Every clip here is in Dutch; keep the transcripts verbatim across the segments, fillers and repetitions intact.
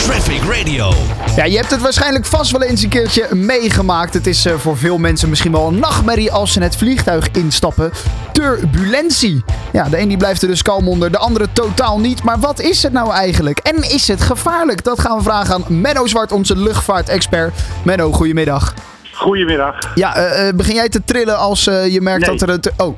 Traffic Radio. Ja, je hebt het waarschijnlijk vast wel eens een keertje meegemaakt. Het is uh, voor veel mensen misschien wel een nachtmerrie als ze het vliegtuig instappen. Turbulentie. Ja, de een die blijft er dus kalm onder, de andere totaal niet. Maar wat is het nou eigenlijk? En is het gevaarlijk? Dat gaan we vragen aan Menno Zwart, onze luchtvaartexpert. Menno, goedemiddag. Goedemiddag. Ja, uh, uh, begin jij te trillen als uh, je merkt nee. dat er een... Te- oh.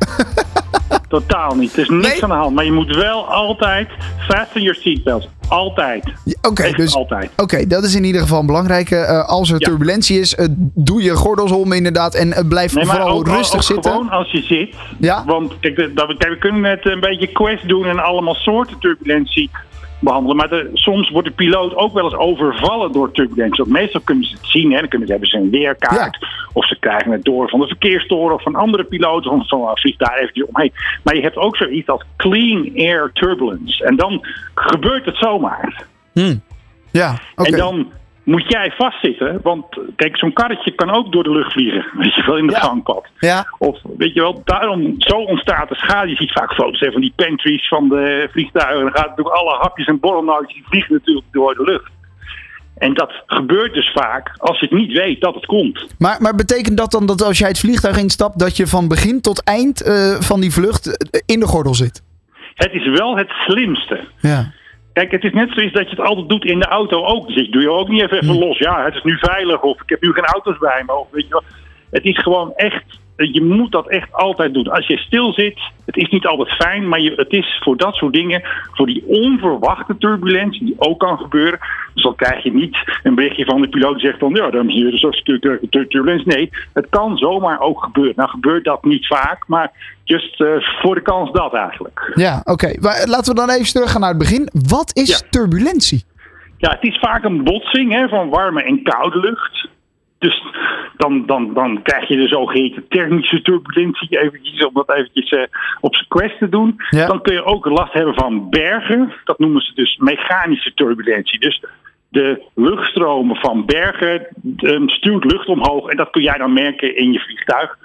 Totaal niet. Er is niks nee? aan de hand. Maar je moet wel altijd fasten your seatbelts. Altijd. Ja, Oké, okay, dus, altijd. Oké, okay, dat is in ieder geval belangrijk. Uh, als er ja. turbulentie is, uh, doe je gordels om inderdaad en uh, blijf nee, vooral ook, rustig ook zitten. Gewoon als je zit. Ja? Want kijk, dat, kijk, we kunnen net een beetje quest doen en allemaal soorten turbulentie behandelen. Maar de, soms wordt de piloot ook wel eens overvallen door turbulentie. Want meestal kunnen ze het zien. Hè. Dan kunnen ze, hebben ze een weerkaart. Ja. Of ze krijgen het door van de verkeerstoren of van andere piloten. Of van uh, vliegt daar eventjes omheen. Maar je hebt ook zoiets als clean air turbulence. En dan gebeurt het zomaar. Hmm. Ja, okay. En dan moet jij vastzitten. Want kijk, zo'n karretje kan ook door de lucht vliegen. Weet je wel, in de ja. gangpad. Ja. Of weet je wel, daarom zo ontstaat de schade. Je ziet vaak foto's hè, van die pantries van de vliegtuigen. En dan gaat natuurlijk alle hapjes en borrelnootjes, die vliegen natuurlijk door de lucht. En dat gebeurt dus vaak als je het niet weet dat het komt. Maar, maar betekent dat dan dat als jij het vliegtuig instapt, dat je van begin tot eind uh, van die vlucht in de gordel zit? Het is wel het slimste. Ja. Kijk, het is net zoiets dat je het altijd doet in de auto ook. Dus ik doe je ook niet even, even los. Ja, het is nu veilig of ik heb nu geen auto's bij me. Of weet je wel. Het is gewoon echt, je moet dat echt altijd doen. Als je stil zit, het is niet altijd fijn, maar je, het is voor dat soort dingen, voor die onverwachte turbulentie die ook kan gebeuren. Dus dan krijg je niet een berichtje van de piloot die zegt van, ja, dames en heren, zo is turbulentie. Nee, het kan zomaar ook gebeuren. Nou gebeurt dat niet vaak, maar just uh, voor de kans dat eigenlijk. Ja, oké. Okay. Laten we dan even teruggaan naar het begin. Wat is ja. turbulentie? Ja, het is vaak een botsing hè, van warme en koude lucht. Dus dan, dan, dan krijg je de zogeheten thermische turbulentie, eventjes, om dat eventjes uh, op zijn quest te doen. Ja. Dan kun je ook last hebben van bergen. Dat noemen ze dus mechanische turbulentie. Dus de luchtstromen van bergen um, stuurt lucht omhoog en dat kun jij dan merken in je vliegtuig.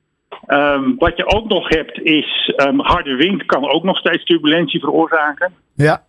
Um, wat je ook nog hebt is um, harde wind kan ook nog steeds turbulentie veroorzaken. Ja.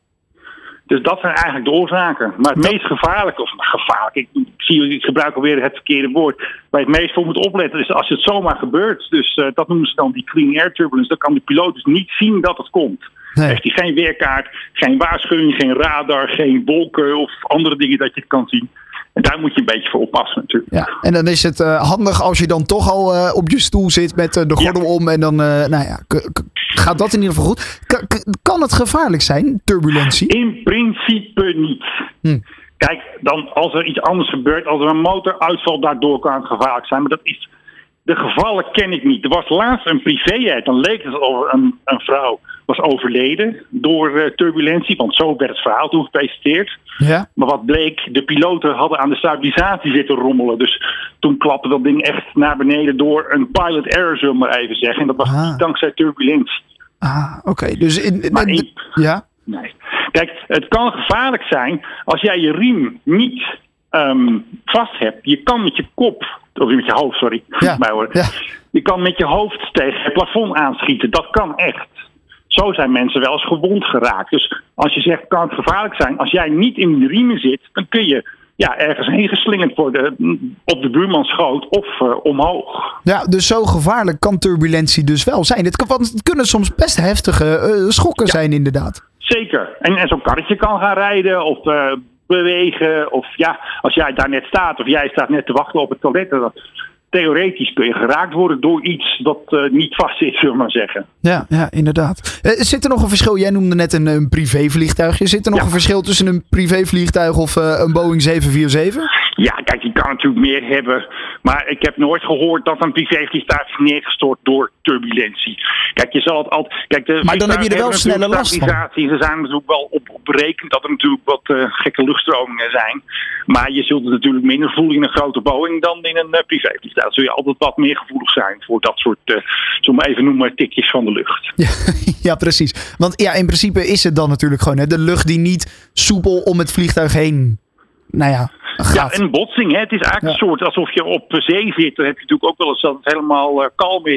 Dus dat zijn eigenlijk de oorzaken. Maar het meest gevaarlijke, of gevaarlijk, ik, zie, ik gebruik alweer het verkeerde woord, waar je het meest voor moet opletten is als het zomaar gebeurt. Dus uh, dat noemen ze dan die clean air turbulence. Dan kan de piloot dus niet zien dat het komt. Nee. Heeft hij geen weerkaart, geen waarschuwing, geen radar, geen wolken of andere dingen dat je het kan zien. En daar moet je een beetje voor oppassen natuurlijk. Ja, en dan is het uh, handig als je dan toch al uh, op je stoel zit met uh, de gordel ja. om. En dan uh, nou ja, k- k- gaat dat in ieder geval goed. K- k- kan het gevaarlijk zijn, turbulentie? In principe niet. Hm. Kijk, dan als er iets anders gebeurt, als er een motor uitvalt, daardoor kan het gevaarlijk zijn. Maar dat is, de gevallen ken ik niet. Er was laatst een privéjet, dan leek het over een, een vrouw was overleden door uh, turbulentie, want zo werd het verhaal toen gepresenteerd. Ja. Maar wat bleek, de piloten hadden aan de stabilisatie zitten rommelen. Dus toen klapte dat ding echt naar beneden door een pilot error, zullen we maar even zeggen. En dat was ah. dankzij turbulentie. Ah, oké. Okay. Dus in, maar in, ja? Nee. Kijk, het kan gevaarlijk zijn als jij je riem niet um, vast hebt. Je kan met je kop, of met je hoofd, sorry. Ja. mij hoor. Ja. Je kan met je hoofd tegen het plafond aanschieten. Dat kan echt. Zo zijn mensen wel eens gewond geraakt. Dus als je zegt, kan het gevaarlijk zijn? Als jij niet in de riemen zit, dan kun je ja, ergens heen geslingerd worden op de buurmans schoot of uh, omhoog. Ja, dus zo gevaarlijk kan turbulentie dus wel zijn. Het, kan, het kunnen soms best heftige uh, schokken ja. zijn inderdaad. Zeker. En, en zo'n karretje kan gaan rijden of uh, bewegen. Of ja, als jij daar net staat of jij staat net te wachten op het toilet. Dat, theoretisch kun je geraakt worden door iets dat uh, niet vast zit, zullen we maar zeggen. Ja, ja inderdaad. Uh, zit er nog een verschil? Jij noemde net een, een privévliegtuigje. Zit er nog ja. een verschil tussen een privévliegtuig of uh, een Boeing zeven vier zeven? Ja, kijk, je kan natuurlijk meer hebben. Maar ik heb nooit gehoord dat een privévliegtuig is neergestort door turbulentie. Kijk, je zal het altijd. Kijk, de maar dan heb je er wel snelle last van. Ze zijn natuurlijk wel op, op berekend dat er natuurlijk wat uh, gekke luchtstromingen zijn. Maar je zult het natuurlijk minder voelen in een grote Boeing dan in een uh, privévliegtuig. Dan zul je altijd wat meer gevoelig zijn voor dat soort, uh, zullen we even noemen, tikjes van de lucht. Ja, ja, precies. Want ja, in principe is het dan natuurlijk gewoon hè, de lucht die niet soepel om het vliegtuig heen, nou ja, gaat. Ja, een botsing. Hè. Het is eigenlijk ja. een soort alsof je op zee zit. Dan heb je natuurlijk ook wel eens dat het helemaal uh, kalm is.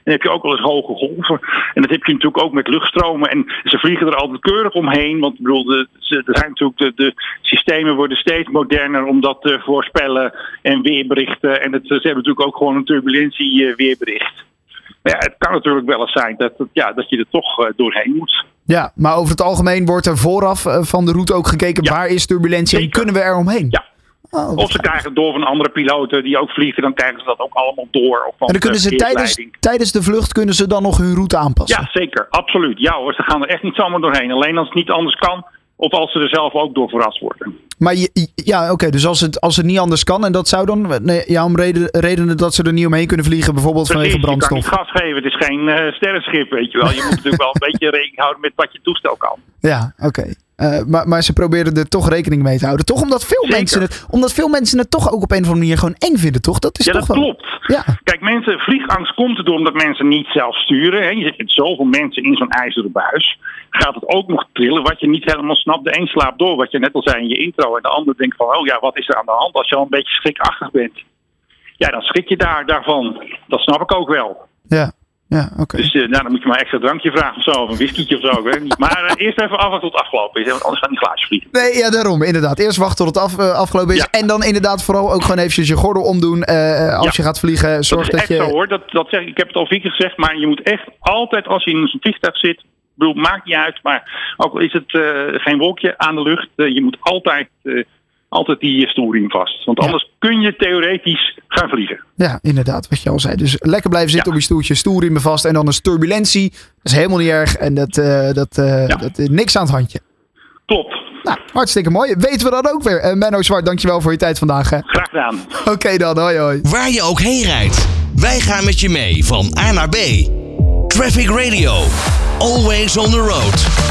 dan heb je ook wel eens hoge golven. En dat heb je natuurlijk ook met luchtstromen. En ze vliegen er altijd keurig omheen. Want ik bedoel, de, ze, er zijn natuurlijk de, de systemen worden steeds moderner om dat te voorspellen en weerberichten. En het, ze hebben natuurlijk ook gewoon een turbulentie weerbericht. Maar ja, het kan natuurlijk wel eens zijn dat, ja, dat je er toch uh, doorheen moet. Ja, maar over het algemeen wordt er vooraf uh, van de route ook gekeken, ja, waar is turbulentie en kunnen we er omheen? Ja. Oh, of ze krijgen het door van andere piloten die ook vliegen, dan krijgen ze dat ook allemaal door. Of van en dan kunnen ze tijdens, tijdens de vlucht kunnen ze dan nog hun route aanpassen? Ja, zeker. Absoluut. Ja hoor, ze gaan er echt niet zomaar doorheen. Alleen als het niet anders kan, of als ze er zelf ook door verrast worden. Maar je, ja, oké, okay, dus als het, als het niet anders kan, en dat zou dan, nee, ja, om reden, redenen dat ze er niet omheen kunnen vliegen, bijvoorbeeld vanwege brandstof. Je kan niet gas geven, het is geen uh, sterrenschip, weet je wel. Je moet natuurlijk wel een beetje rekening houden met wat je toestel kan. Ja, oké. Okay. Uh, maar, maar ze proberen er toch rekening mee te houden. Toch omdat veel, mensen het, omdat veel mensen het toch ook op een of andere manier gewoon eng vinden, toch? Dat is ja, toch dat wel... klopt. Ja. Kijk, mensen, vliegangst komt erdoor omdat mensen niet zelf sturen. Hè. Je zit met zoveel mensen in zo'n ijzeren buis. Gaat het ook nog trillen wat je niet helemaal snapt. De een slaapt door, wat je net al zei in je intro. En de ander denkt van, oh ja, wat is er aan de hand? Als je al een beetje schrikachtig bent. Ja, dan schrik je daar, daarvan. Dat snap ik ook wel. Ja. Ja, oké. Okay. Dus uh, nou, dan moet je maar extra drankje vragen of zo, of een whiskietje of zo. Weet ik niet. Maar uh, eerst even afwachten tot het afgelopen is, hè, want anders gaan die glaasjes vliegen. Nee, ja, daarom, inderdaad. Eerst wachten tot het af, uh, afgelopen is. Ja. En dan inderdaad vooral ook gewoon eventjes je gordel omdoen uh, als ja. je gaat vliegen. Zorg dat is dat echt je... zo hoor, dat, dat zeg ik, ik heb het al vier keer gezegd, maar je moet echt altijd als je in een vliegtuig zit, bedoel, maakt niet uit, maar ook al is het uh, geen wolkje aan de lucht, uh, je moet altijd... Uh, Altijd die stoelriem vast. Want anders ja. kun je theoretisch gaan vliegen. Ja, inderdaad. Wat je al zei. Dus lekker blijven zitten ja. op je stoeltje. Stoelriemen vast. En dan is turbulentie. Dat is helemaal niet erg. En dat, uh, dat, uh, ja. dat is niks aan het handje. Klopt. Nou, hartstikke mooi. Weten we dat ook weer. Uh, Menno Zwart, dankjewel voor je tijd vandaag. Hè. Graag gedaan. Oké okay, dan. Hoi hoi. Waar je ook heen rijdt. Wij gaan met je mee van A naar B. Traffic Radio. Always on the road.